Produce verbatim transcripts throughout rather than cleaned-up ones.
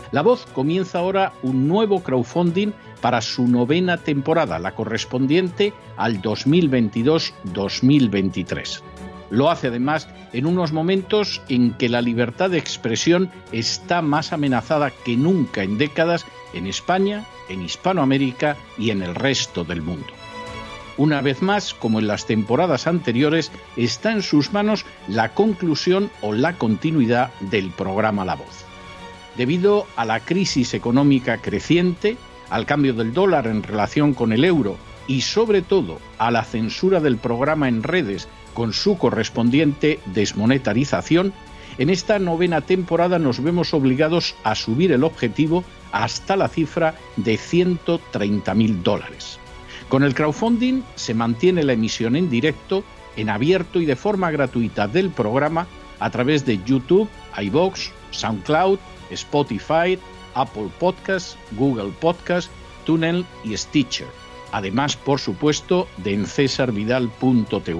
La Voz comienza ahora un nuevo crowdfunding para su novena temporada, la correspondiente al dos mil veintidós dos mil veintitrés. Lo hace además en unos momentos en que la libertad de expresión está más amenazada que nunca en décadas en España, en Hispanoamérica y en el resto del mundo. Una vez más, como en las temporadas anteriores, está en sus manos la conclusión o la continuidad del programa La Voz. Debido a la crisis económica creciente, al cambio del dólar en relación con el euro y sobre todo a la censura del programa en redes con su correspondiente desmonetarización, en esta novena temporada nos vemos obligados a subir el objetivo hasta la cifra de ciento treinta mil dólares. Con el crowdfunding se mantiene la emisión en directo, en abierto y de forma gratuita del programa a través de YouTube, iVoox, SoundCloud, Spotify, Apple Podcasts, Google Podcasts, TuneIn y Stitcher. Además, por supuesto, de en cesar vidal punto t v.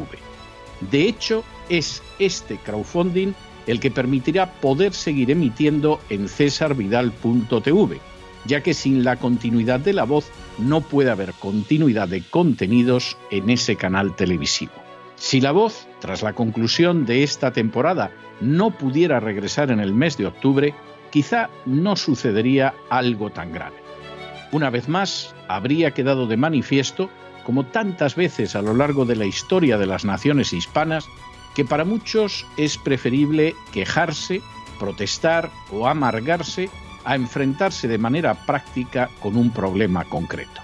De hecho, es este crowdfunding el que permitirá poder seguir emitiendo en cesar vidal punto t v, ya que sin la continuidad de La Voz no puede haber continuidad de contenidos en ese canal televisivo. Si La Voz, tras la conclusión de esta temporada, no pudiera regresar en el mes de octubre, quizá no sucedería algo tan grave. Una vez más, habría quedado de manifiesto, como tantas veces a lo largo de la historia de las naciones hispanas, que para muchos es preferible quejarse, protestar o amargarse a enfrentarse de manera práctica con un problema concreto.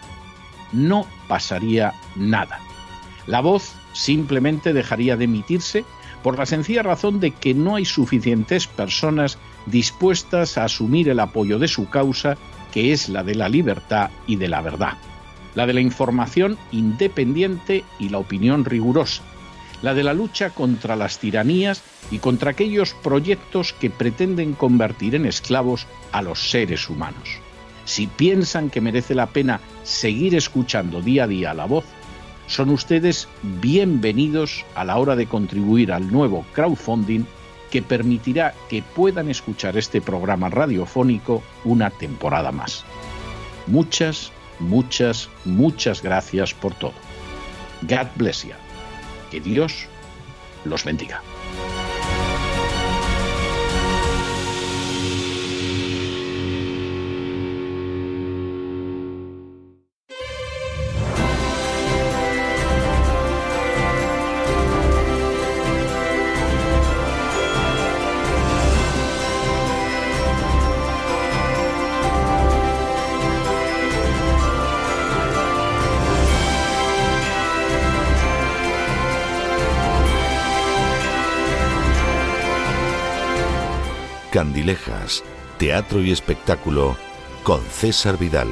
No pasaría nada. La Voz simplemente dejaría de emitirse por la sencilla razón de que no hay suficientes personas dispuestas a asumir el apoyo de su causa, que es la de la libertad y de la verdad, la de la información independiente y la opinión rigurosa, la de la lucha contra las tiranías y contra aquellos proyectos que pretenden convertir en esclavos a los seres humanos. Si piensan que merece la pena seguir escuchando día a día La Voz, son ustedes bienvenidos a la hora de contribuir al nuevo crowdfunding que permitirá que puedan escuchar este programa radiofónico una temporada más. Muchas, muchas, muchas gracias por todo. God bless you. Que Dios los bendiga. Candilejas, teatro y espectáculo con César Vidal.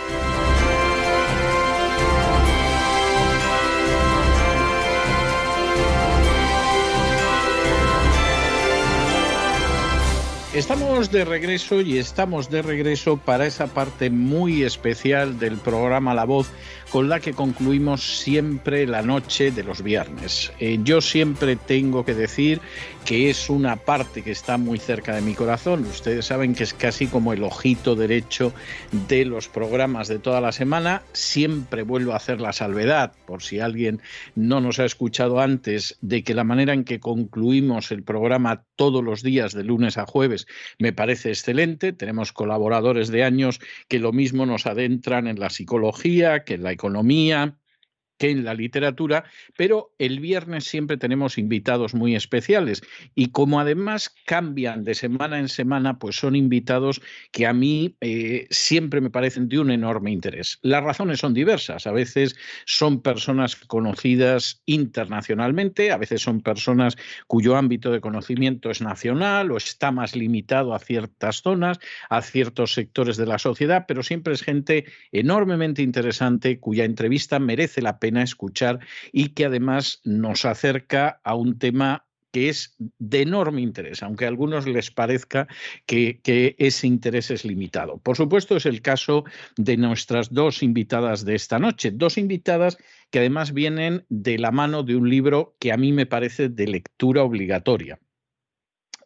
Estamos de regreso y estamos de regreso para esa parte muy especial del programa La Voz con la que concluimos siempre la noche de los viernes. Eh, yo siempre tengo que decir que es una parte que está muy cerca de mi corazón. Ustedes saben que es casi como el ojito derecho de los programas de toda la semana. Siempre vuelvo a hacer la salvedad, por si alguien no nos ha escuchado antes, de que la manera en que concluimos el programa todos los días de lunes a jueves me parece excelente. Tenemos colaboradores de años que lo mismo nos adentran en la psicología, que en la economía, que en la literatura, pero el viernes siempre tenemos invitados muy especiales y como además cambian de semana en semana, pues son invitados que a mí eh, siempre me parecen de un enorme interés. Las razones son diversas, a veces son personas conocidas internacionalmente, a veces son personas cuyo ámbito de conocimiento es nacional o está más limitado a ciertas zonas, a ciertos sectores de la sociedad, pero siempre es gente enormemente interesante cuya entrevista merece la pena escuchar y que además nos acerca a un tema que es de enorme interés, aunque a algunos les parezca que, que ese interés es limitado. Por supuesto, es el caso de nuestras dos invitadas de esta noche, dos invitadas que además vienen de la mano de un libro que a mí me parece de lectura obligatoria.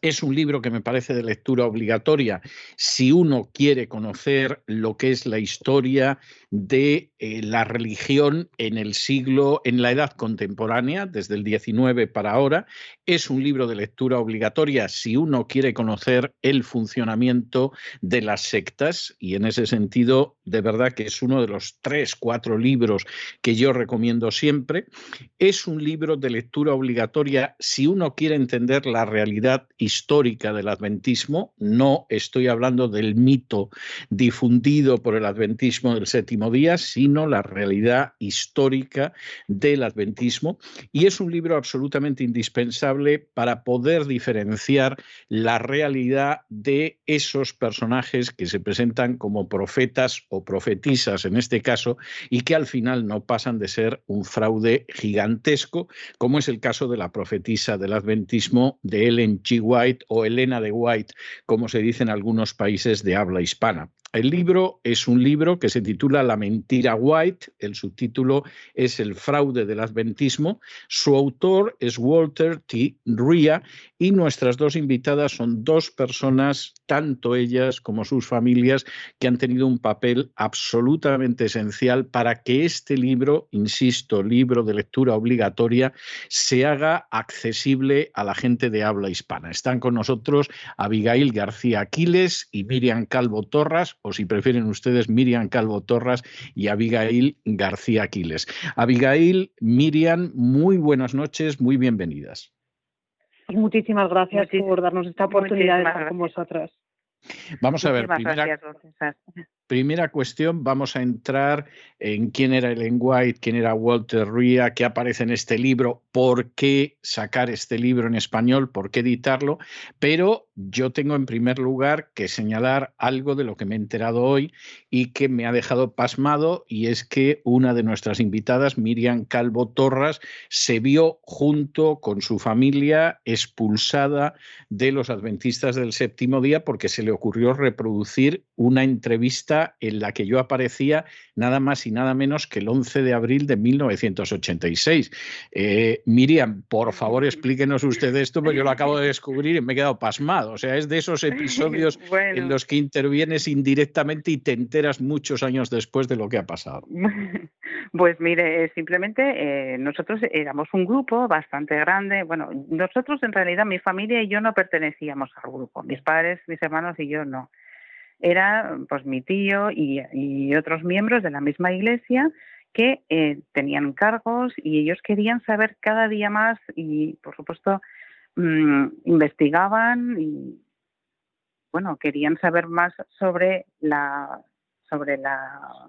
Es un libro que me parece de lectura obligatoria si uno quiere conocer lo que es la historia de eh, la religión en el siglo, en la edad contemporánea, desde el diecinueve para ahora. Es un libro de lectura obligatoria si uno quiere conocer el funcionamiento de las sectas, y en ese sentido, de verdad que es uno de los tres, cuatro libros que yo recomiendo siempre. Es un libro de lectura obligatoria si uno quiere entender la realidad histórica del adventismo. No estoy hablando del mito difundido por el adventismo del séptimo día, sino la realidad histórica del adventismo. Y es un libro absolutamente indispensable para poder diferenciar la realidad de esos personajes que se presentan como profetas o profetisas en este caso, y que al final no pasan de ser un fraude gigantesco, como es el caso de la profetisa del adventismo de Ellen G. White, o Elena de White, como se dice en algunos países de habla hispana. El libro es un libro que se titula La mentira White, el subtítulo es El fraude del adventismo. Su autor es Walter T. Rea, y nuestras dos invitadas son dos personas, tanto ellas como sus familias, que han tenido un papel absolutamente esencial para que este libro, insisto, libro de lectura obligatoria, se haga accesible a la gente de habla hispana. Están con nosotros Abigail García Aquiles y Miriam Calvo Torras, o si prefieren ustedes, Miriam Calvo Torras y Abigail García Aquiles. Abigail, Miriam, muy buenas noches, muy bienvenidas. Muchísimas gracias Muchísimas, por darnos esta oportunidad de estar con vosotras. Vamos a ver, Muchísimas primera, gracias, primera cuestión, vamos a entrar en quién era Ellen White, quién era Walter Rea, qué aparece en este libro, por qué sacar este libro en español, por qué editarlo, pero yo tengo en primer lugar que señalar algo de lo que me he enterado hoy y que me ha dejado pasmado, y es que una de nuestras invitadas, Miriam Calvo Torras, se vio junto con su familia expulsada de los adventistas del séptimo día porque se le ocurrió reproducir una entrevista en la que yo aparecía nada más y nada menos que el once de abril de mil novecientos ochenta y seis. Eh, Miriam, por favor, explíquenos usted esto, porque yo lo acabo de descubrir y me he quedado pasmado. O sea, es de esos episodios bueno. en los que intervienes indirectamente y te enteras muchos años después de lo que ha pasado. Pues mire, simplemente eh, nosotros éramos un grupo bastante grande. Bueno, nosotros en realidad, mi familia y yo no pertenecíamos al grupo. Mis padres, mis hermanos y yo no. Era pues mi tío y, y otros miembros de la misma iglesia que eh, tenían cargos, y ellos querían saber cada día más y, por supuesto, mmm, investigaban y, bueno, querían saber más sobre la, sobre la,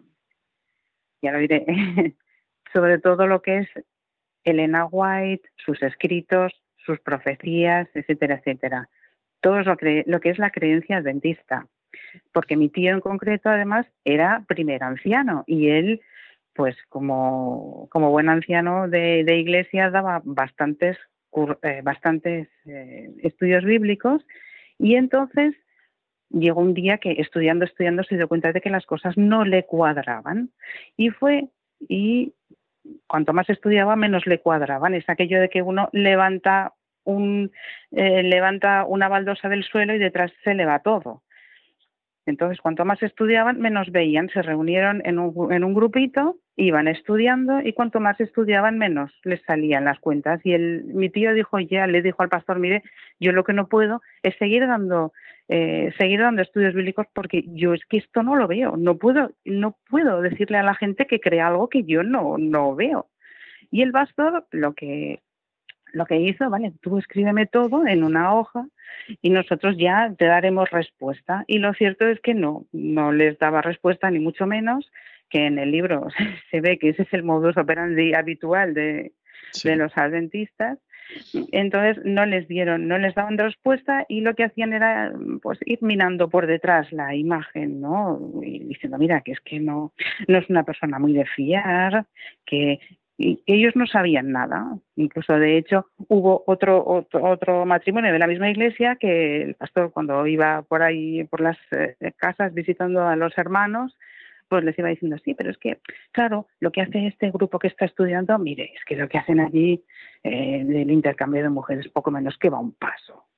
ya lo diré, sobre todo lo que es Elena White, sus escritos, sus profecías, etcétera, etcétera. Todo lo que, lo que es la creencia adventista. Porque mi tío en concreto, además, era primer anciano, y él, pues como, como buen anciano de, de iglesia, daba bastantes, eh, bastantes eh, estudios bíblicos, y entonces llegó un día que estudiando, estudiando, se dio cuenta de que las cosas no le cuadraban, y fue, y cuanto más estudiaba, menos le cuadraban. Es aquello de que uno levanta, un, eh, levanta una baldosa del suelo y detrás se le va todo. Entonces, cuanto más estudiaban, menos veían. Se reunieron en un, en un grupito, iban estudiando, y cuanto más estudiaban, menos les salían las cuentas. Y el, mi tío dijo ya, le dijo al pastor, mire, yo lo que no puedo es seguir dando, eh, seguir dando estudios bíblicos, porque yo es que esto no lo veo. No puedo, no puedo decirle a la gente que crea algo que yo no, no veo. Y el pastor lo que, lo que hizo, vale, tú escríbeme todo en una hoja, y nosotros ya te daremos respuesta. Y lo cierto es que no, no les daba respuesta, ni mucho menos, que en el libro se ve que ese es el modus operandi habitual de, sí. de los adventistas. Entonces no les dieron, no les daban respuesta, y lo que hacían era pues ir minando por detrás la imagen, ¿no? Y diciendo, mira, que es que no, no es una persona muy de fiar, que y ellos no sabían nada. Incluso, de hecho, hubo otro, otro otro matrimonio de la misma iglesia que el pastor, cuando iba por ahí por las eh, casas visitando a los hermanos, pues les iba diciendo, sí, pero es que, claro, lo que hace este grupo que está estudiando, mire, es que lo que hacen allí eh, del intercambio de mujeres, poco menos que va un paso.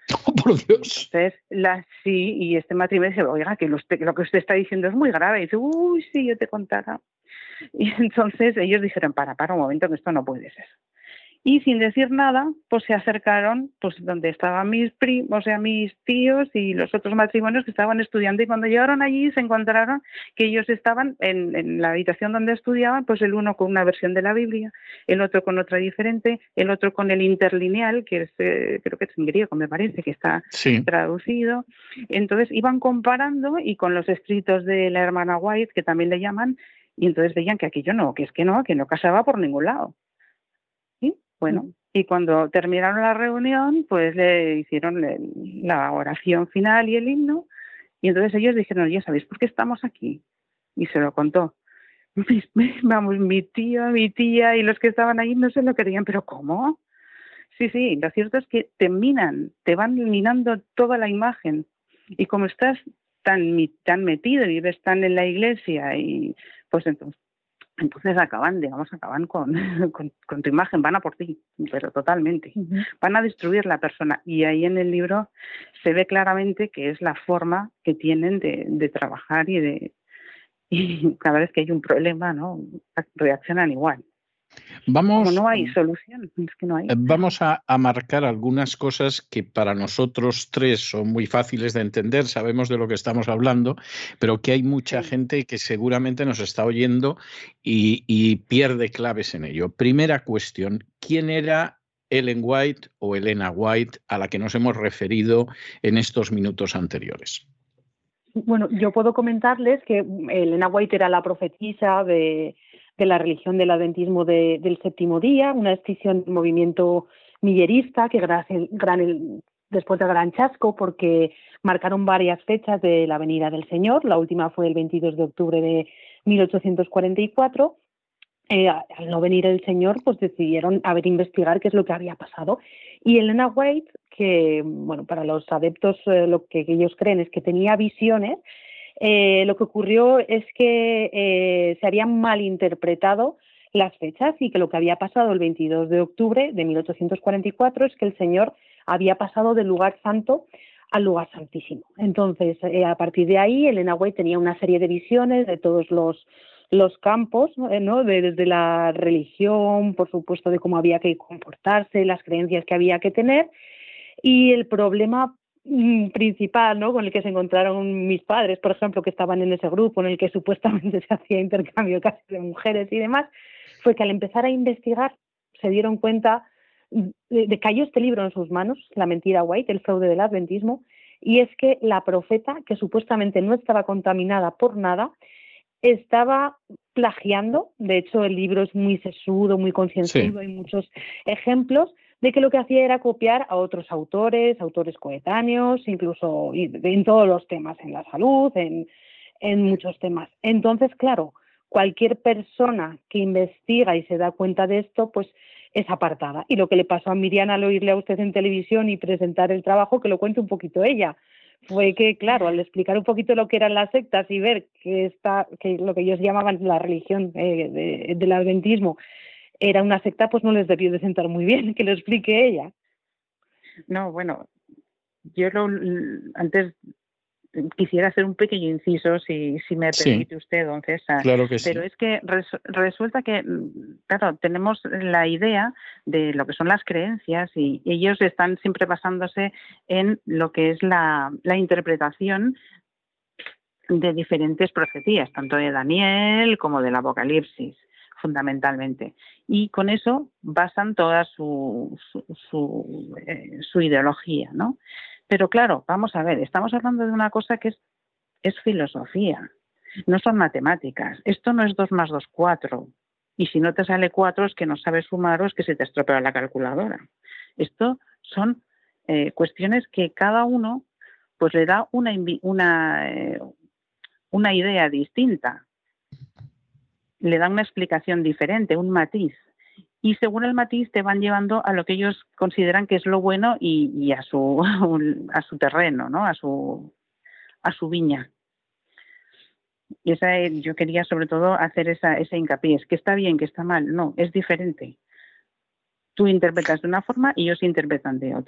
Oh, por Dios. Entonces, la, sí, y este matrimonio dice, oiga, que lo, usted, lo que usted está diciendo es muy grave. Y dice, uy, sí, yo te contara. Y entonces ellos dijeron, para, para un momento, que esto no puede ser. Y sin decir nada, pues se acercaron pues donde estaban mis primos, o sea, mis tíos y los otros matrimonios que estaban estudiando. Y cuando llegaron allí se encontraron que ellos estaban en, en la habitación donde estudiaban, pues el uno con una versión de la Biblia, el otro con otra diferente, el otro con el interlineal, que es, eh, creo que es en griego, me parece, que está sí. traducido. Entonces iban comparando y con los escritos de la hermana White, que también le llaman, y entonces veían que aquello no, que es que no, que no casaba por ningún lado. ¿Sí? Bueno, y cuando terminaron la reunión, pues le hicieron el, la oración final y el himno, y entonces ellos dijeron, ya sabéis por qué estamos aquí, y se lo contó. Vamos, mi tío, mi tía y los que estaban ahí no se lo querían, pero ¿cómo? Sí, sí, lo cierto es que te minan, te van minando toda la imagen, y como estás tan, tan metido y vives tan en la iglesia, y pues entonces Entonces acaban, digamos, acaban con, con, con tu imagen, van a por ti, pero totalmente. Uh-huh. Van a destruir la persona. Y ahí en el libro se ve claramente que es la forma que tienen de, de trabajar y de y cada vez que hay un problema, ¿no? Reaccionan igual. Vamos, Como no hay solución, es que no hay. Vamos a, a marcar algunas cosas que para nosotros tres son muy fáciles de entender, sabemos de lo que estamos hablando, pero que hay mucha sí. gente que seguramente nos está oyendo y, y pierde claves en ello. Primera cuestión, ¿quién era Ellen White o Elena White a la que nos hemos referido en estos minutos anteriores? Bueno, yo puedo comentarles que Elena White era la profetisa de... de la religión del adventismo de, del séptimo día, una escisión del movimiento millerista que gran, gran, después del gran chasco, porque marcaron varias fechas de la venida del Señor. La última fue el veintidós de octubre de mil ochocientos cuarenta y cuatro. Eh, al no venir el Señor, pues decidieron a ver, investigar qué es lo que había pasado. Y Elena White, que bueno, para los adeptos eh, lo que ellos creen es que tenía visiones. Eh, lo que ocurrió es que eh, se habían malinterpretado las fechas y que lo que había pasado el veintidós de octubre de mil ochocientos cuarenta y cuatro es que el Señor había pasado del lugar santo al lugar santísimo. Entonces, eh, a partir de ahí, Elena White tenía una serie de visiones de todos los, los campos, eh, ¿no? de, desde la religión, por supuesto, de cómo había que comportarse, las creencias que había que tener, y el problema principal, ¿no? con el que se encontraron mis padres, por ejemplo, que estaban en ese grupo en el que supuestamente se hacía intercambio casi de mujeres y demás, fue que al empezar a investigar se dieron cuenta de, de que cayó este libro en sus manos, La mentira White, el fraude del adventismo, y es que la profeta, que supuestamente no estaba contaminada por nada, estaba plagiando. De hecho, el libro es muy sesudo, muy concienzudo, sí. Hay muchos ejemplos de que lo que hacía era copiar a otros autores, autores coetáneos, incluso en todos los temas, en la salud, en, en muchos temas. Entonces, claro, cualquier persona que investiga y se da cuenta de esto, pues es apartada. Y lo que le pasó a Miriam al oírle a usted en televisión y presentar el trabajo, que lo cuente un poquito ella, fue que, claro, al explicar un poquito lo que eran las sectas y ver que, esta, que lo que ellos llamaban la religión eh, de, del adventismo era una secta, pues no les debió de sentar muy bien, que lo explique ella. No, bueno, yo lo, antes quisiera hacer un pequeño inciso, si, si me permite sí. usted, don César. Claro que Pero sí. es que res, resulta que, claro, tenemos la idea de lo que son las creencias y ellos están siempre basándose en lo que es la, la interpretación de diferentes profecías, tanto de Daniel como del Apocalipsis, fundamentalmente. Y con eso basan toda su, su, su, eh, su ideología, ¿no? Pero claro, vamos a ver, estamos hablando de una cosa que es, es filosofía, no son matemáticas. Esto no es dos más dos, cuatro. Y si no te sale cuatro es que no sabes sumar o es que se te estropea la calculadora. Esto son eh, cuestiones que cada uno pues le da una, una, eh, una idea distinta. Le dan una explicación diferente, un matiz. Y según el matiz te van llevando a lo que ellos consideran que es lo bueno y, y a su a su terreno, ¿no? A su a su viña. Y esa yo quería sobre todo hacer esa ese hincapié, es que está bien, que está mal, no, es diferente. Tú interpretas de una forma y ellos interpretan de otra.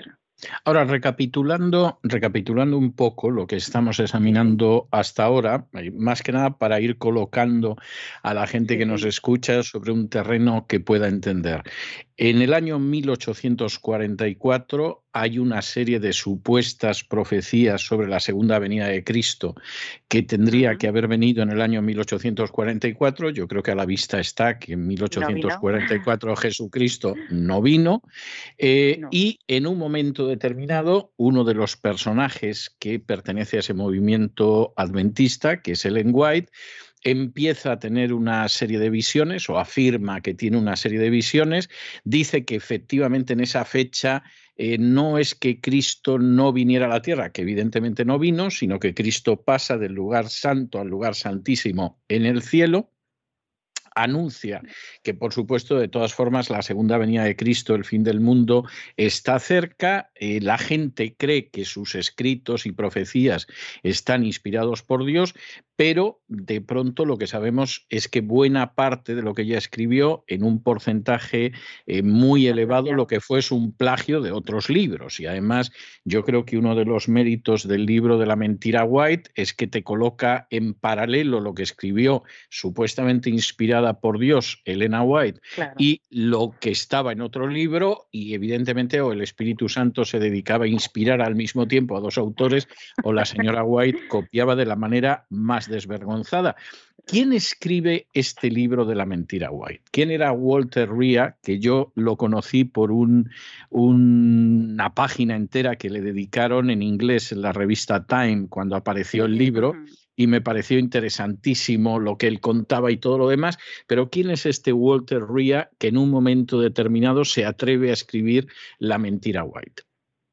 Ahora, recapitulando, recapitulando un poco lo que estamos examinando hasta ahora, más que nada para ir colocando a la gente Sí, que nos sí. escucha sobre un terreno que pueda entender. En el año mil ochocientos cuarenta y cuatro hay una serie de supuestas profecías sobre la segunda venida de Cristo que tendría que Ujú. haber venido en el año mil ochocientos cuarenta y cuatro. Yo creo que a la vista está que en ¿No vino? mil ochocientos cuarenta y cuatro Jesucristo no vino. Eh, No. y en un momento determinado, uno de los personajes que pertenece a ese movimiento adventista, que es Ellen White, empieza a tener una serie de visiones o afirma que tiene una serie de visiones, dice que efectivamente en esa fecha eh, no es que Cristo no viniera a la tierra, que evidentemente no vino, sino que Cristo pasa del lugar santo al lugar santísimo en el cielo. Anuncia que, por supuesto, de todas formas, la segunda venida de Cristo, el fin del mundo, está cerca. Eh, la gente cree que sus escritos y profecías están inspirados por Dios, pero de pronto lo que sabemos es que buena parte de lo que ella escribió, en un porcentaje eh, muy Está elevado, lo plagiado. que fue es un plagio de otros libros. Y además, yo creo que uno de los méritos del libro de la mentira White es que te coloca en paralelo lo que escribió supuestamente inspirada por Dios, Elena White, Claro. y lo que estaba en otro libro, y evidentemente o el Espíritu Santo se dedicaba a inspirar al mismo tiempo a dos autores, o la señora White copiaba de la manera más desvergonzada. ¿Quién escribe este libro de la mentira White? ¿Quién era Walter Rea? Que yo lo conocí por un, un, una página entera que le dedicaron en inglés en la revista Time cuando apareció el libro, Ujú. y me pareció interesantísimo lo que él contaba y todo lo demás. Pero ¿quién es este Walter Rea que en un momento determinado se atreve a escribir la mentira White?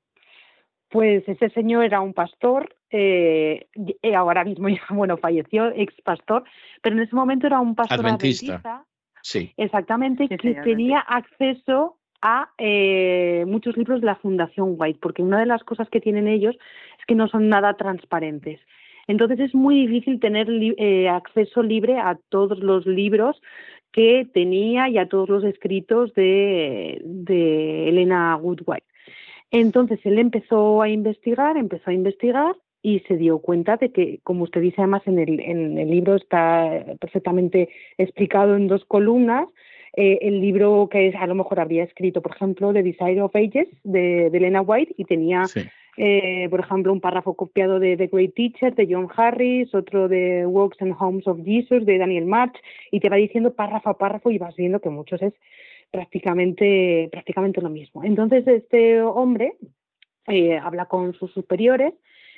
Pues ese señor era un pastor, eh, y ahora mismo ya, bueno, falleció, ex pastor, pero en ese momento era un pastor Adventista, adventista, sí. exactamente, Sí, que señor, tenía adventista. acceso a eh, muchos libros de la Fundación White, porque una de las cosas que tienen ellos es que no son nada transparentes. Entonces es muy difícil tener li- eh, acceso libre a todos los libros que tenía y a todos los escritos de, de Elena White. Entonces él empezó a investigar, empezó a investigar y se dio cuenta de que, como usted dice, además en el, en el libro está perfectamente explicado en dos columnas, eh, el libro que es, a lo mejor habría escrito, por ejemplo, The Desire of Ages de, de Elena White, y tenía, Sí. eh, por ejemplo, un párrafo copiado de The Great Teacher de John Harris, otro de Walks and Homes of Jesus de Daniel March, y te va diciendo párrafo a párrafo y vas viendo que muchos es prácticamente, prácticamente lo mismo. Entonces este hombre eh, habla con sus superiores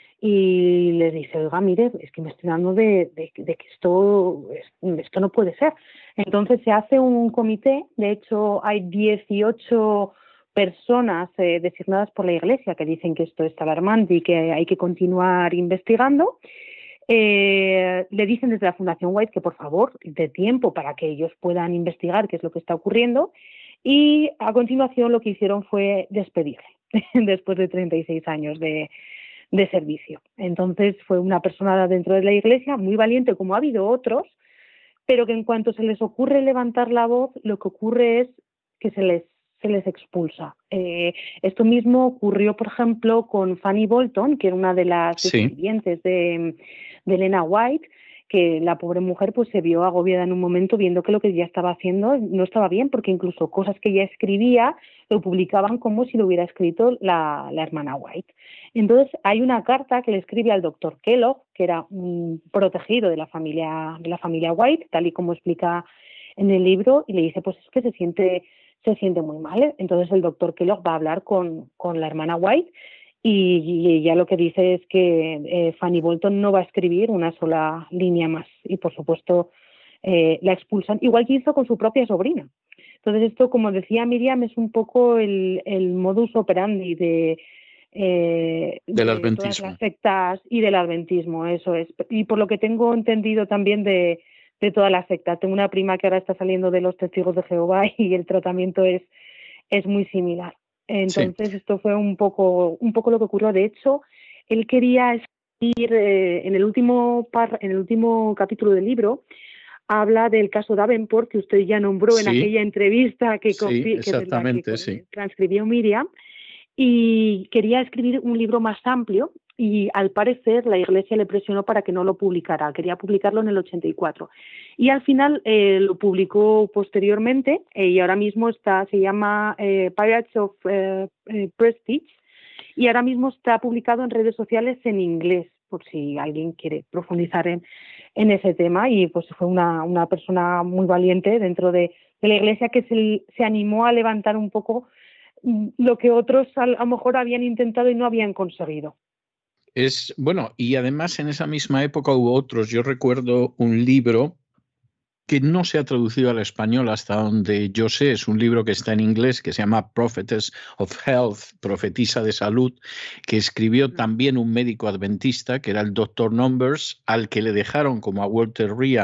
y les dice, oiga, mire, es que me estoy dando de, de, de que esto, esto no puede ser. Entonces se hace un comité, de hecho hay dieciocho personas eh, designadas por la Iglesia que dicen que esto es alarmante y que hay que continuar investigando. Eh, le dicen desde la Fundación White que por favor dé tiempo para que ellos puedan investigar qué es lo que está ocurriendo, y a continuación lo que hicieron fue despedirle después de treinta y seis años de, de servicio. Entonces fue una persona dentro de la Iglesia muy valiente, como ha habido otros, pero que en cuanto se les ocurre levantar la voz, lo que ocurre es que se les se les expulsa. Eh, esto mismo ocurrió, por ejemplo, con Fanny Bolton, que era una de las Sí. descendientes de, de Elena White, que la pobre mujer pues se vio agobiada en un momento viendo que lo que ella estaba haciendo no estaba bien, porque incluso cosas que ella escribía lo publicaban como si lo hubiera escrito la, la hermana White. Entonces hay una carta que le escribe al doctor Kellogg, que era un protegido de la familia, de la familia White, tal y como explica en el libro, y le dice pues es que se siente se siente muy mal. Entonces el doctor Kellogg va a hablar con, con la hermana White y, y ella lo que dice es que eh, Fanny Bolton no va a escribir una sola línea más, y por supuesto eh, la expulsan, igual que hizo con su propia sobrina. Entonces esto, como decía Miriam, es un poco el, el modus operandi de, eh, Del de todas adventismo. las sectas y del adventismo, eso es. Y por lo que tengo entendido también de de toda la secta. Tengo una prima que ahora está saliendo de los Testigos de Jehová y el tratamiento es, es muy similar. Entonces Sí. esto fue un poco, un poco lo que ocurrió. De hecho, él quería escribir eh, en el último par, en el último capítulo del libro, habla del caso Davenport, que usted ya nombró en Sí. aquella entrevista que, Sí, que, que, exactamente, que sí. transcribió Miriam. y quería escribir un libro más amplio y al parecer la Iglesia le presionó para que no lo publicara, quería publicarlo en el ochenta y cuatro y al final eh, lo publicó posteriormente eh, y ahora mismo está, se llama eh, Pirates of eh, eh, Prestige y ahora mismo está publicado en redes sociales en inglés, por si alguien quiere profundizar en, en ese tema. Y pues fue una, una persona muy valiente dentro de, de la Iglesia que se, se animó a levantar un poco lo que otros a, a lo mejor habían intentado y no habían conseguido. Es bueno, y además en esa misma época hubo otros. Yo recuerdo un libro que no se ha traducido al español hasta donde yo sé, es un libro que está en inglés, que se llama Prophetess of Health, Profetisa de Salud, que escribió también un médico adventista, que era el doctor Numbers, al que le dejaron, como a Walter Rea,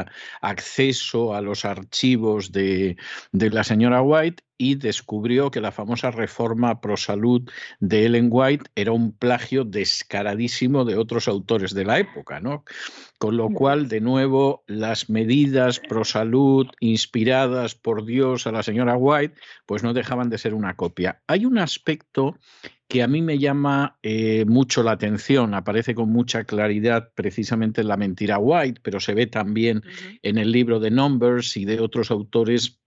acceso a los archivos de, de la señora White, y descubrió que la famosa reforma pro salud de Ellen White era un plagio descaradísimo de otros autores de la época, ¿no? Con lo cual, de nuevo, las medidas pro salud inspiradas por Dios a la señora White, pues no dejaban de ser una copia. Hay un aspecto que a mí me llama eh, mucho la atención, aparece con mucha claridad precisamente en La mentira White, pero se ve también uh-huh. en el libro de Numbers y de otros autores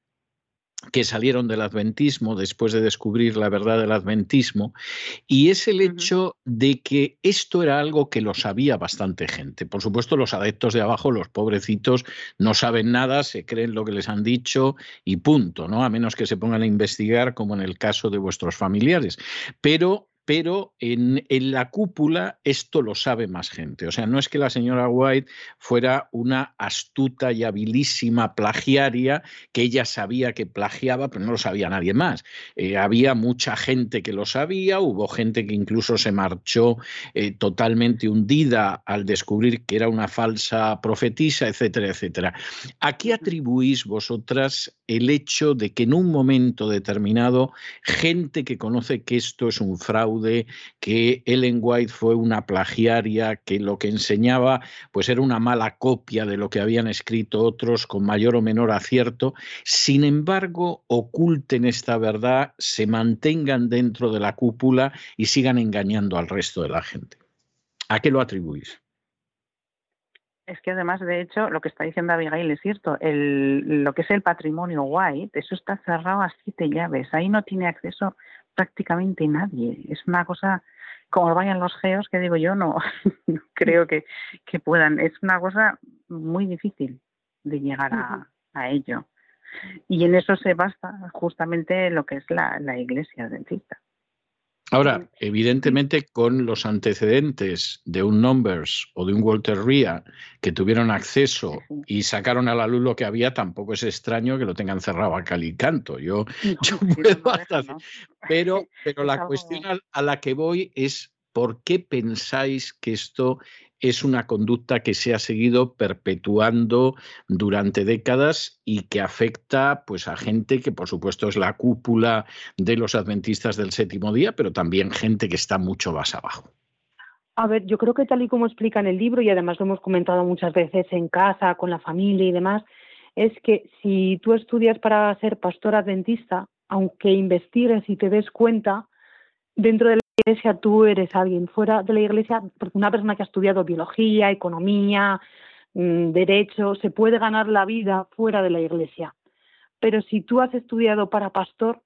que salieron del adventismo después de descubrir la verdad del adventismo, y es el hecho de que esto era algo que lo sabía bastante gente. Por supuesto, los adeptos de abajo, los pobrecitos, no saben nada, se creen lo que les han dicho y punto, ¿no? A menos que se pongan a investigar, como en el caso de vuestros familiares. Pero pero en, en la cúpula esto lo sabe más gente. O sea, no es que la señora White fuera una astuta y habilísima plagiaria, que ella sabía que plagiaba, pero no lo sabía nadie más. Eh, había mucha gente que lo sabía, hubo gente que incluso se marchó eh, totalmente hundida al descubrir que era una falsa profetisa, etcétera, etcétera. ¿A qué atribuís vosotras el hecho de que en un momento determinado gente que conoce que esto es un fraude, que Ellen White fue una plagiaria, que lo que enseñaba pues era una mala copia de lo que habían escrito otros con mayor o menor acierto, sin embargo oculten esta verdad, se mantengan dentro de la cúpula y sigan engañando al resto de la gente? ¿A qué lo atribuís? Es que además, de hecho, lo que está diciendo Abigail es cierto. El, lo que es el patrimonio White, eso está cerrado a siete llaves. Ahí no tiene acceso prácticamente nadie. Es una cosa, como vayan los geos, que digo yo, no, no creo que, que puedan. Es una cosa muy difícil de llegar a, a ello. Y en eso se basa justamente lo que es la, la Iglesia adventista. Ahora, evidentemente, con los antecedentes de un Numbers o de un Walter Rea que tuvieron acceso y sacaron a la luz lo que había, tampoco es extraño que lo tengan cerrado a cal y canto. Yo, no, yo puedo no hasta deja, ¿no? Pero, pero la algo... cuestión a la que voy es ¿por qué pensáis que esto es una conducta que se ha seguido perpetuando durante décadas y que afecta pues a gente que por supuesto es la cúpula de los adventistas del séptimo día, pero también gente que está mucho más abajo? A ver, yo creo que tal y como explica en el libro, y además lo hemos comentado muchas veces en casa, con la familia y demás, es que si tú estudias para ser pastor adventista, aunque investigues y te des cuenta, dentro de la Iglesia tú eres alguien, fuera de la Iglesia, porque una persona que ha estudiado biología, economía, mmm, derecho, se puede ganar la vida fuera de la Iglesia. Pero si tú has estudiado para pastor,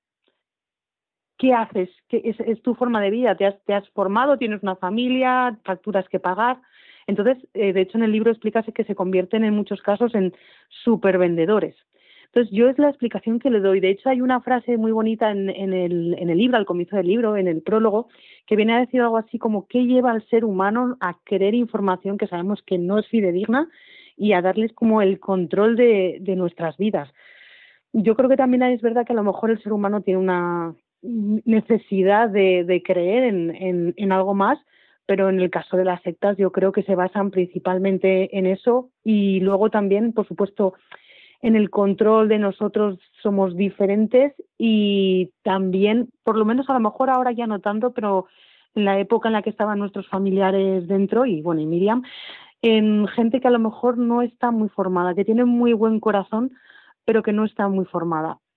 ¿qué haces? ¿Qué es, es tu forma de vida? ¿Te has, te has formado? ¿Tienes una familia? ¿Facturas que pagar? Entonces, eh, de hecho, en el libro explicas que se convierten en muchos casos en supervendedores. Entonces, yo es la explicación que le doy. De hecho, hay una frase muy bonita en, en, el, en el libro, al comienzo del libro, en el prólogo, que viene a decir algo así como ¿qué lleva al ser humano a querer información que sabemos que no es fidedigna y a darles como el control de, de nuestras vidas? Yo creo que también es verdad que a lo mejor el ser humano tiene una necesidad de, de creer en, en, en algo más, pero en el caso de las sectas yo creo que se basan principalmente en eso y luego también, por supuesto, en el control de nosotros somos diferentes y también, por lo menos a lo mejor ahora ya no tanto, pero en la época en la que estaban nuestros familiares dentro, y bueno, y Miriam, en gente que a lo mejor no está muy formada, que tiene muy buen corazón, pero que no está muy formada.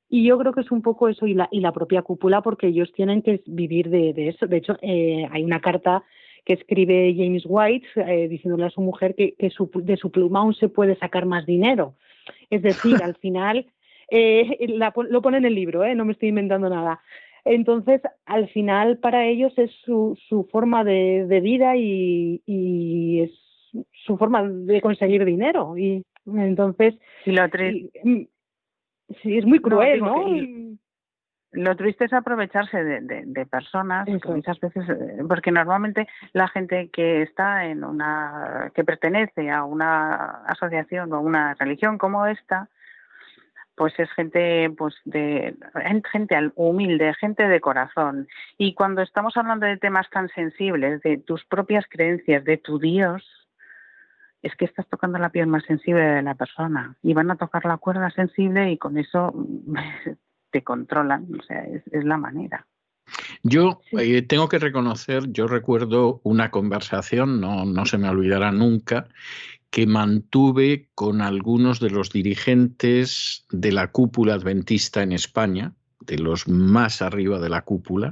Y yo creo que es un poco eso, y la, y la propia cúpula, porque ellos tienen que vivir de, de eso. De hecho, eh, hay una carta que escribe James White eh, diciéndole a su mujer que, que su, de su pluma aún se puede sacar más dinero. Es decir, al final, eh, la, lo pone en el libro, eh, no me estoy inventando nada. Entonces, al final, para ellos es su, su forma de, de vida y, y es su forma de conseguir dinero. Y entonces, y lo triste, y, sí, es muy cruel, ¿no? ¿no? Y lo triste es aprovecharse de, de, de personas Eso. que muchas veces, porque normalmente la gente que está en una, que pertenece a una asociación o a una religión como esta, pues es gente pues de gente humilde, gente de corazón. Y cuando estamos hablando de temas tan sensibles, de tus propias creencias, de tu Dios, es que estás tocando la piel más sensible de la persona y van a tocar la cuerda sensible y con eso te controlan, o sea, es, es la manera. Yo eh, tengo que reconocer, yo recuerdo una conversación, no, no se me olvidará nunca, que mantuve con algunos de los dirigentes de la cúpula adventista en España, de los más arriba de la cúpula,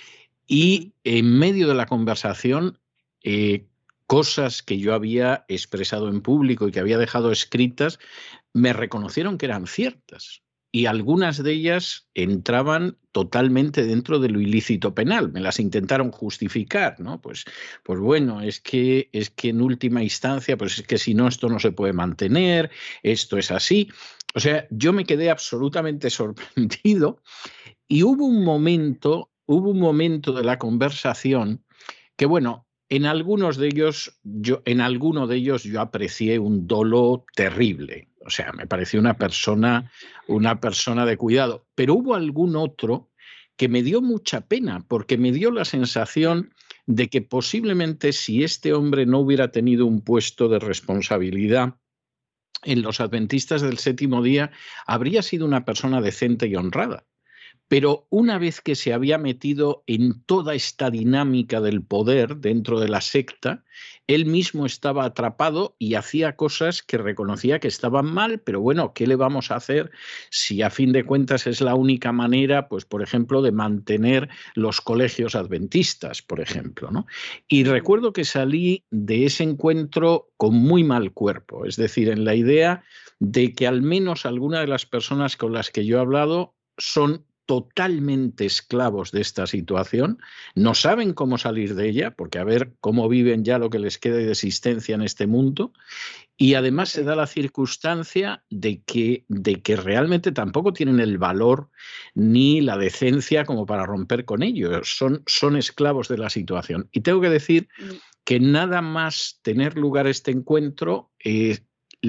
y en medio de la conversación, eh, cosas que yo había expresado en público y que había dejado escritas, me reconocieron que eran ciertas. Y algunas de ellas entraban totalmente dentro de lo ilícito penal. Me las intentaron justificar, ¿no? Pues, pues bueno, es que, es que en última instancia, pues es que si no, esto no se puede mantener, esto es así. O sea, yo me quedé absolutamente sorprendido y hubo un momento, hubo un momento de la conversación que, bueno, en algunos de ellos, yo, en alguno de ellos yo aprecié un dolo terrible. O sea, me pareció una persona, una persona de cuidado. Pero hubo algún otro que me dio mucha pena, porque me dio la sensación de que posiblemente si este hombre no hubiera tenido un puesto de responsabilidad en los adventistas del séptimo día, habría sido una persona decente y honrada. Pero una vez que se había metido en toda esta dinámica del poder dentro de la secta, él mismo estaba atrapado y hacía cosas que reconocía que estaban mal, pero bueno, ¿qué le vamos a hacer si a fin de cuentas es la única manera, pues por ejemplo, de mantener los colegios adventistas, por ejemplo, ¿no? Y recuerdo que salí de ese encuentro con muy mal cuerpo, es decir, en la idea de que al menos alguna de las personas con las que yo he hablado son totalmente esclavos de esta situación, no saben cómo salir de ella, porque a ver cómo viven ya lo que les queda de existencia en este mundo, y además se da la circunstancia de que, de que realmente tampoco tienen el valor ni la decencia como para romper con ellos, son, son esclavos de la situación. Y tengo que decir que nada más tener lugar este encuentro, eh,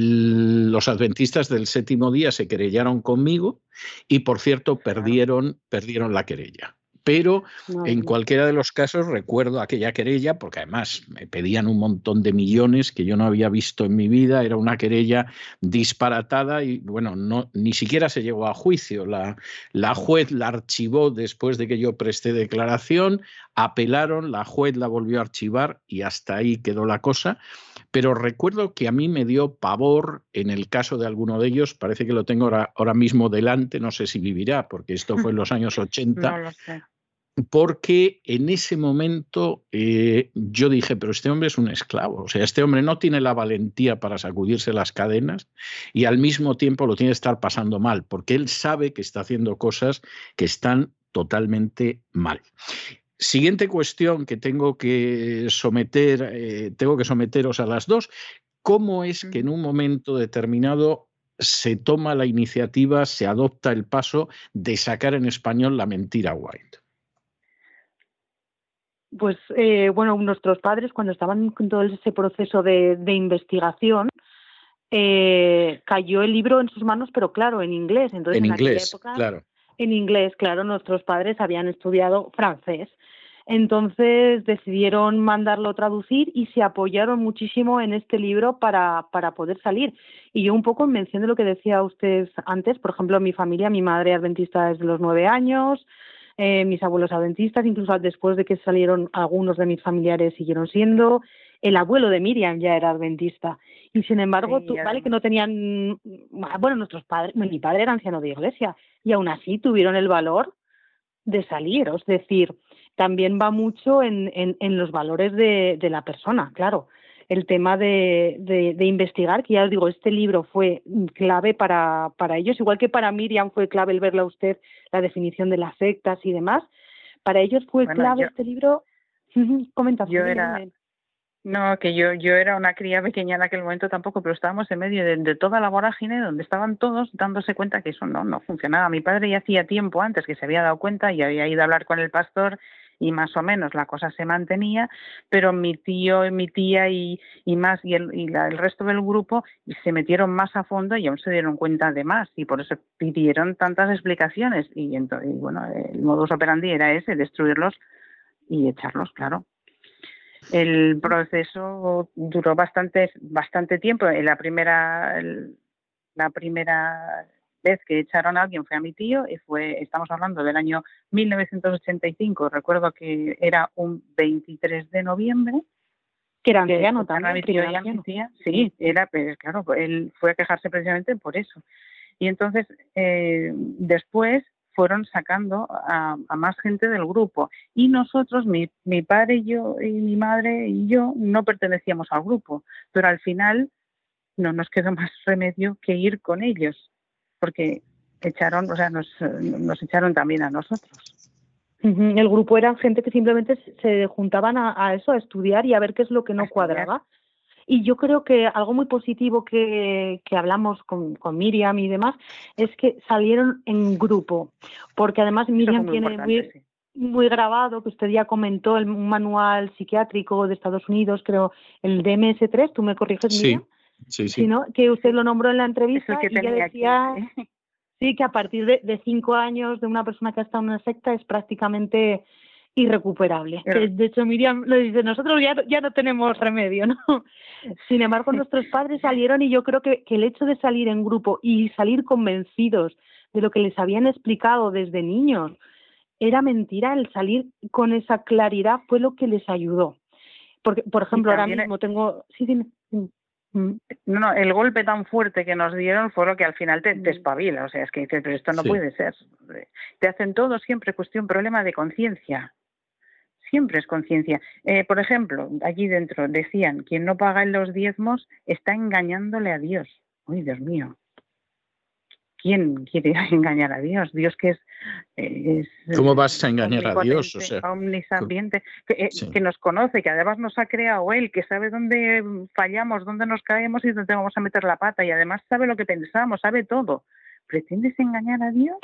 los adventistas del séptimo día se querellaron conmigo y, por cierto, perdieron, perdieron la querella. Pero en cualquiera de los casos recuerdo aquella querella, porque además me pedían un montón de millones que yo no había visto en mi vida, era una querella disparatada y, bueno, no, ni siquiera se llegó a juicio. La, la juez la archivó después de que yo presté declaración, apelaron, la juez la volvió a archivar y hasta ahí quedó la cosa. Pero recuerdo que a mí me dio pavor en el caso de alguno de ellos, parece que lo tengo ahora, ahora mismo delante, no sé si vivirá, porque esto fue en los años ochenta. No lo sé. Porque en ese momento eh, yo dije, pero este hombre es un esclavo, o sea, este hombre no tiene la valentía para sacudirse las cadenas y al mismo tiempo lo tiene que estar pasando mal, porque él sabe que está haciendo cosas que están totalmente mal. Siguiente cuestión que tengo que someter, eh, tengo que someteros a las dos. ¿Cómo es que en un momento determinado se toma la iniciativa, se adopta el paso de sacar en español La mentira White? Pues eh, bueno, nuestros padres cuando estaban con todo ese proceso de, de investigación, eh, cayó el libro en sus manos, pero claro, en inglés. Entonces, en, en inglés, época, claro. En inglés, claro, nuestros padres habían estudiado francés. Entonces decidieron mandarlo traducir y se apoyaron muchísimo en este libro para, para poder salir. Y yo un poco en mención de lo que decía usted antes, por ejemplo, mi familia, mi madre adventista desde los nueve años, eh, mis abuelos adventistas, incluso después de que salieron algunos de mis familiares siguieron siendo, el abuelo de Miriam ya era adventista. Y sin embargo, Sí, tú, además. vale que no tenían, bueno, nuestros padres, mi padre era anciano de iglesia, y aún así tuvieron el valor de salir. Es decir, también va mucho en, en, en los valores de, de la persona, claro. El tema de, de, de investigar, que ya os digo, este libro fue clave para, para ellos, igual que para Miriam fue clave el verla a usted, la definición de las sectas y demás. Para ellos fue Bueno, clave yo, este libro. Comenta. Yo era... No, que yo yo era una cría pequeña en aquel momento tampoco, pero estábamos en medio de, de toda la vorágine donde estaban todos dándose cuenta que eso no, no funcionaba. Mi padre ya hacía tiempo antes que se había dado cuenta y había ido a hablar con el pastor y más o menos la cosa se mantenía, pero mi tío y mi tía y, y más y, el, y la, el resto del grupo se metieron más a fondo y aún se dieron cuenta de más y por eso pidieron tantas explicaciones y, entonces, y bueno, el modus operandi era ese, destruirlos y echarlos, claro. El proceso duró bastante bastante tiempo. La primera la primera vez que echaron a alguien fue a mi tío y fue estamos hablando del año mil novecientos ochenta y cinco. Recuerdo que era un veintitrés de noviembre. Que era anciano también. Mi tío y a mi tía. Sí, era, pues, claro, él fue a quejarse precisamente por eso. Y entonces eh, después fueron sacando a, a más gente del grupo y nosotros, mi, mi padre y yo y mi madre y yo no pertenecíamos al grupo, pero al final no nos quedó más remedio que ir con ellos porque echaron, o sea, nos, nos echaron también a nosotros. El grupo era gente que simplemente se juntaban a, a eso, a estudiar y a ver qué es lo que no cuadraba. Y yo creo que algo muy positivo que, que hablamos con, con Miriam y demás es que salieron en grupo, porque además Miriam muy tiene muy, sí. muy grabado, que usted ya comentó, el un manual psiquiátrico de Estados Unidos, creo, el D M S tres, ¿tú me corriges, sí, Miriam? Sí, sí. sí ¿no? Que usted lo nombró en la entrevista que y ella decía aquí, ¿sí? sí, que a partir de, de cinco años de una persona que ha estado en una secta es prácticamente irrecuperable. Pero, que de hecho Miriam lo dice, nosotros ya, ya no tenemos remedio, ¿no? Sin embargo, nuestros padres salieron y yo creo que, que el hecho de salir en grupo y salir convencidos de lo que les habían explicado desde niños era mentira, el salir con esa claridad fue lo que les ayudó. Porque, por ejemplo, ahora mismo es... tengo... Sí, dime. No, no, el golpe tan fuerte que nos dieron fue lo que al final te, te espabila, o sea, es que dices, pero esto no sí. puede ser. Te hacen todo siempre cuestión, problema de conciencia. Siempre es conciencia. Eh, por ejemplo, allí dentro decían, quien no paga los diezmos está engañándole a Dios. Uy, Dios mío. ¿Quién quiere engañar a Dios? Dios que es... es ¿Cómo vas a engañar a Dios? O sea, omnisapiente, que, sí. que nos conoce, que además nos ha creado Él, que sabe dónde fallamos, dónde nos caemos y dónde vamos a meter la pata, y además sabe lo que pensamos, sabe todo. ¿Pretendes engañar a Dios?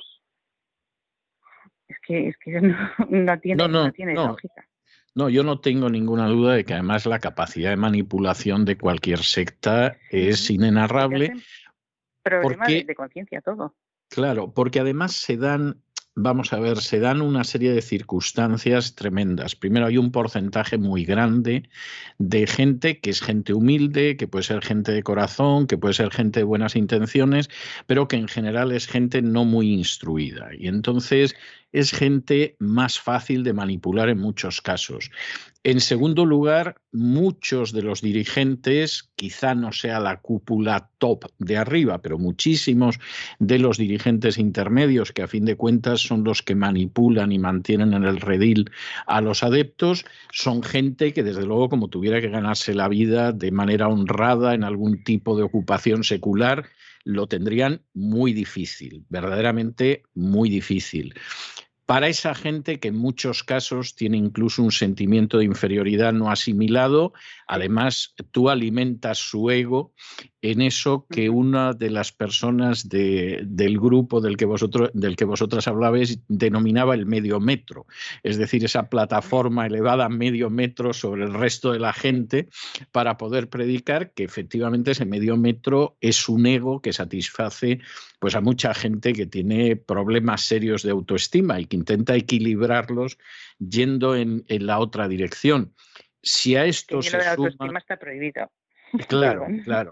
Es que, es que no, no tiene, no, no, no tiene no. lógica. No, yo no tengo ninguna duda de que además la capacidad de manipulación de cualquier secta sí. es inenarrable. Problema porque, de, de conciencia todo. Claro, porque además se dan, vamos a ver, se dan una serie de circunstancias tremendas. Primero hay un porcentaje muy grande de gente que es gente humilde, que puede ser gente de corazón, que puede ser gente de buenas intenciones, pero que en general es gente no muy instruida. Y entonces es gente más fácil de manipular en muchos casos. En segundo lugar, muchos de los dirigentes, quizá no sea la cúpula top de arriba, pero muchísimos de los dirigentes intermedios, que a fin de cuentas son los que manipulan y mantienen en el redil a los adeptos, son gente que desde luego, como tuviera que ganarse la vida de manera honrada en algún tipo de ocupación secular, lo tendrían muy difícil, verdaderamente muy difícil. Para esa gente que en muchos casos tiene incluso un sentimiento de inferioridad no asimilado, además tú alimentas su ego en eso que una de las personas de, del grupo del que, vosotros, del que vosotras hablabais denominaba el medio metro, es decir, esa plataforma elevada medio metro sobre el resto de la gente para poder predicar que efectivamente ese medio metro es un ego que satisface pues, a mucha gente que tiene problemas serios de autoestima y que intenta equilibrarlos yendo en, en la otra dirección. Si a esto sí, se lo de la suma... autoestima está prohibido. Claro, claro.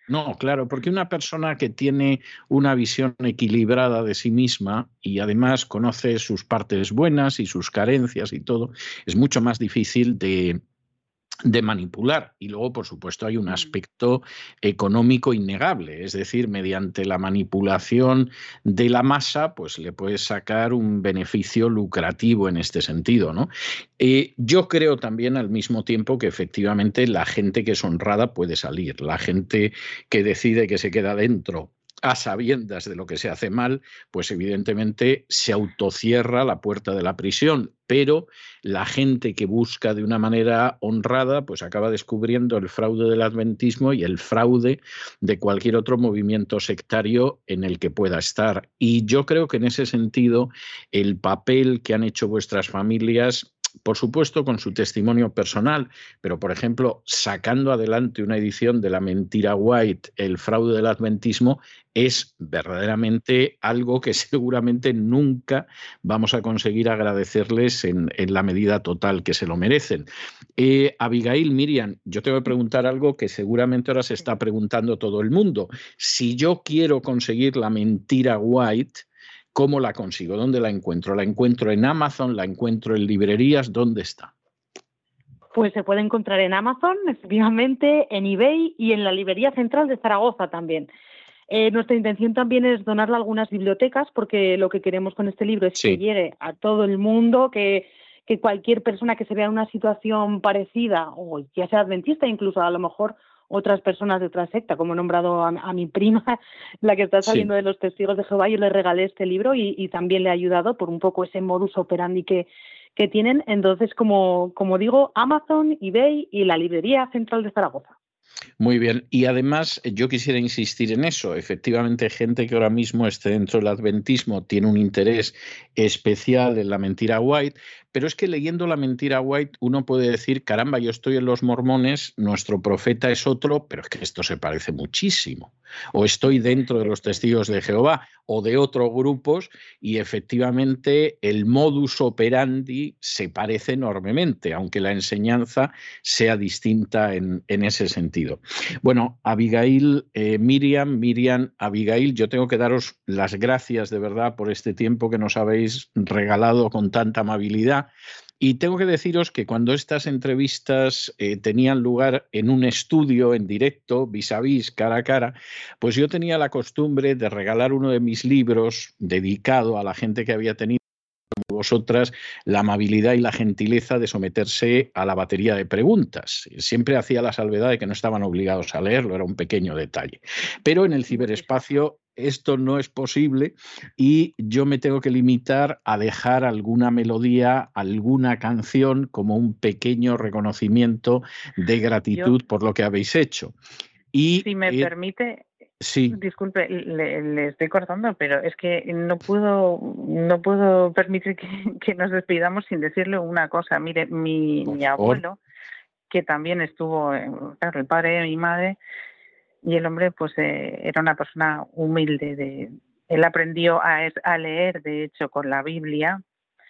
No, claro, porque una persona que tiene una visión equilibrada de sí misma y además conoce sus partes buenas y sus carencias y todo, es mucho más difícil de, de manipular. Y luego, por supuesto, hay un aspecto económico innegable, es decir, mediante la manipulación de la masa, pues le puedes sacar un beneficio lucrativo en este sentido, ¿no? Eh, yo creo también al mismo tiempo que efectivamente la gente que es honrada puede salir, la gente que decide que se queda dentro a sabiendas de lo que se hace mal, pues evidentemente se autocierra la puerta de la prisión, pero la gente que busca de una manera honrada, pues acaba descubriendo el fraude del adventismo y el fraude de cualquier otro movimiento sectario en el que pueda estar. Y yo creo que en ese sentido, el papel que han hecho vuestras familias, por supuesto con su testimonio personal, pero por ejemplo sacando adelante una edición de La mentira White, el fraude del adventismo, es verdaderamente algo que seguramente nunca vamos a conseguir agradecerles en, en la medida total que se lo merecen. Eh, Abigail, Miriam, yo te voy a preguntar algo que seguramente ahora se está preguntando todo el mundo. Si yo quiero conseguir La mentira White, ¿cómo la consigo? ¿Dónde la encuentro? ¿La encuentro en Amazon? ¿La encuentro en librerías? ¿Dónde está? Pues se puede encontrar en Amazon, efectivamente, en eBay y en la Librería Central de Zaragoza también. Eh, nuestra intención también es donarla a algunas bibliotecas, porque lo que queremos con este libro es Sí. que llegue a todo el mundo, que, que cualquier persona que se vea en una situación parecida, o ya sea adventista, incluso a lo mejor otras personas de otra secta, como he nombrado a, a mi prima, la que está saliendo Sí. de los Testigos de Jehová, yo le regalé este libro y, y también le ha ayudado por un poco ese modus operandi que, que tienen. Entonces, como, como digo, Amazon, eBay y la Librería Central de Zaragoza. Muy bien, y además yo quisiera insistir en eso. Efectivamente, gente que ahora mismo esté dentro del adventismo tiene un interés especial en La mentira White, pero es que leyendo La mentira White uno puede decir, caramba, yo estoy en los mormones, nuestro profeta es otro, pero es que esto se parece muchísimo. O estoy dentro de los Testigos de Jehová o de otros grupos y efectivamente el modus operandi se parece enormemente, aunque la enseñanza sea distinta en, en ese sentido. Bueno, Abigail, eh, Miriam, Miriam, Abigail, yo tengo que daros las gracias de verdad por este tiempo que nos habéis regalado con tanta amabilidad. Y tengo que deciros que cuando estas entrevistas eh, tenían lugar en un estudio, en directo, vis a vis, cara a cara, pues yo tenía la costumbre de regalar uno de mis libros dedicado a la gente que había tenido como vosotras la amabilidad y la gentileza de someterse a la batería de preguntas. Siempre hacía la salvedad de que no estaban obligados a leerlo, era un pequeño detalle. Pero en el ciberespacio esto no es posible y yo me tengo que limitar a dejar alguna melodía, alguna canción como un pequeño reconocimiento de gratitud Yo, por lo que habéis hecho. Y, si me eh, permite, sí. disculpe, le, le estoy cortando, pero es que no puedo, no puedo permitir que, que nos despidamos sin decirle una cosa. Mire, mi, Por mi favor. abuelo, que también estuvo, eh, claro, el padre de mi madre, y el hombre pues eh, era una persona humilde. De, él aprendió a, a leer, de hecho, con la Biblia,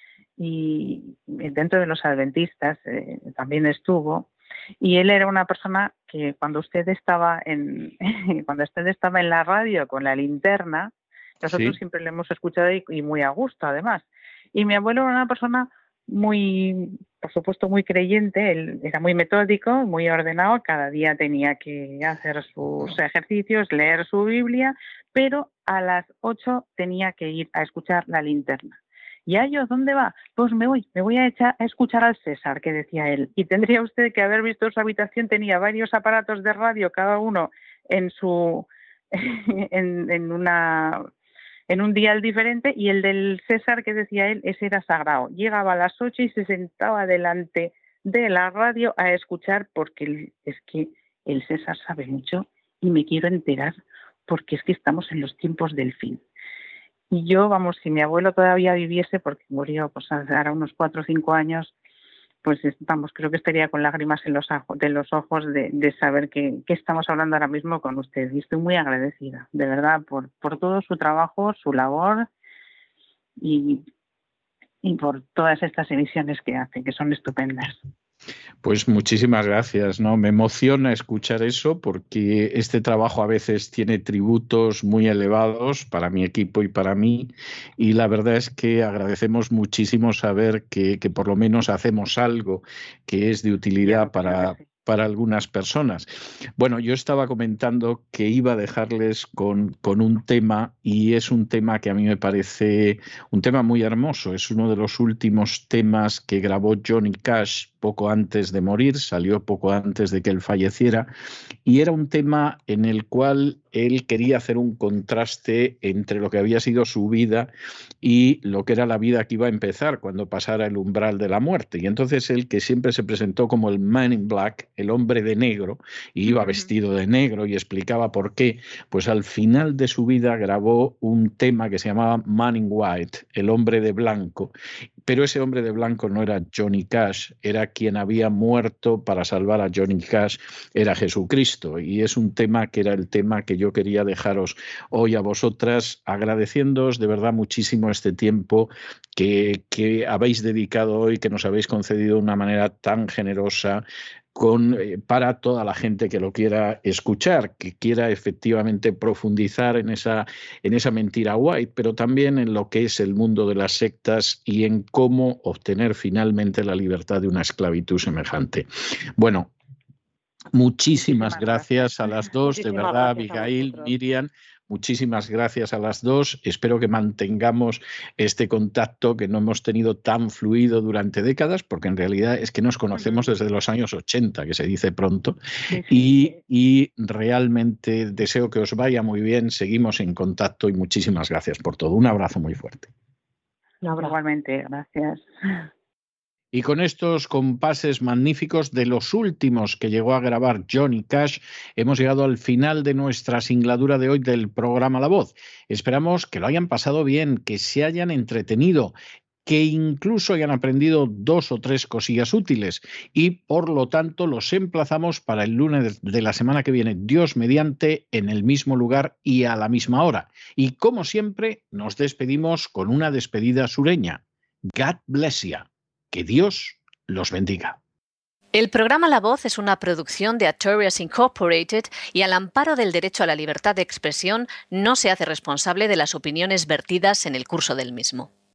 y dentro de los adventistas eh, también estuvo. Y él era una persona que cuando usted estaba en cuando usted estaba en la radio con la linterna, nosotros Sí. siempre le hemos escuchado y, y muy a gusto además. Y mi abuelo era una persona muy, por supuesto, muy creyente. Él era muy metódico, muy ordenado. Cada día tenía que hacer sus ejercicios, leer su Biblia, pero a las ocho tenía que ir a escuchar la linterna. ¿Y a ellos dónde va? Pues me voy, me voy a, echar, a escuchar al César, que decía él. Y tendría usted que haber visto su habitación, tenía varios aparatos de radio, cada uno en su en, en una en un dial diferente, y el del César, que decía él, ese era sagrado. Llegaba a las ocho y se sentaba delante de la radio a escuchar, porque es que el César sabe mucho y me quiero enterar, porque es que estamos en los tiempos del fin. Y yo, vamos, si mi abuelo todavía viviese, porque murió pues ahora unos cuatro o cinco años, pues vamos, creo que estaría con lágrimas en los, de los ojos de, de saber que, que estamos hablando ahora mismo con usted. Y estoy muy agradecida, de verdad, por, por todo su trabajo, su labor y, y por todas estas emisiones que hace, que son estupendas. Pues muchísimas gracias, ¿no? Me emociona escuchar eso porque este trabajo a veces tiene tributos muy elevados para mi equipo y para mí, y la verdad es que agradecemos muchísimo saber que, que por lo menos hacemos algo que es de utilidad para, para algunas personas. Bueno, yo estaba comentando que iba a dejarles con, con un tema, y es un tema que a mí me parece un tema muy hermoso. Es uno de los últimos temas que grabó Johnny Cash poco antes de morir, salió poco antes de que él falleciera, y era un tema en el cual él quería hacer un contraste entre lo que había sido su vida y lo que era la vida que iba a empezar cuando pasara el umbral de la muerte. Y entonces él, que siempre se presentó como el Man in Black, el hombre de negro, y iba vestido de negro y explicaba por qué, pues al final de su vida grabó un tema que se llamaba Man in White, el hombre de blanco. Pero ese hombre de blanco no era Johnny Cash, era quien había muerto para salvar a Johnny Cash, era Jesucristo. Y es un tema que era el tema que yo quería dejaros hoy a vosotras, agradeciéndoos de verdad muchísimo este tiempo que, que habéis dedicado hoy, que nos habéis concedido de una manera tan generosa, Con, eh, para toda la gente que lo quiera escuchar, que quiera efectivamente profundizar en esa, en esa mentira white, pero también en lo que es el mundo de las sectas y en cómo obtener finalmente la libertad de una esclavitud semejante. Bueno, muchísimas gracias, gracias a las dos, muchísimas de verdad, Abigail, Miriam. Muchísimas gracias a las dos. Espero que mantengamos este contacto que no hemos tenido tan fluido durante décadas, porque en realidad es que nos conocemos uh-huh. desde los años ochenta, que se dice pronto. Sí, sí. Y, y realmente deseo que os vaya muy bien. Seguimos en contacto y muchísimas gracias por todo. Un abrazo muy fuerte. Igualmente, gracias. Y con estos compases magníficos de los últimos que llegó a grabar Johnny Cash, hemos llegado al final de nuestra singladura de hoy del programa La Voz. Esperamos que lo hayan pasado bien, que se hayan entretenido, que incluso hayan aprendido dos o tres cosillas útiles, y por lo tanto los emplazamos para el lunes de la semana que viene, Dios mediante, en el mismo lugar y a la misma hora. Y como siempre, nos despedimos con una despedida sureña. God bless you. Que Dios los bendiga. El programa La Voz es una producción de Artorias Incorporated y al amparo del derecho a la libertad de expresión no se hace responsable de las opiniones vertidas en el curso del mismo.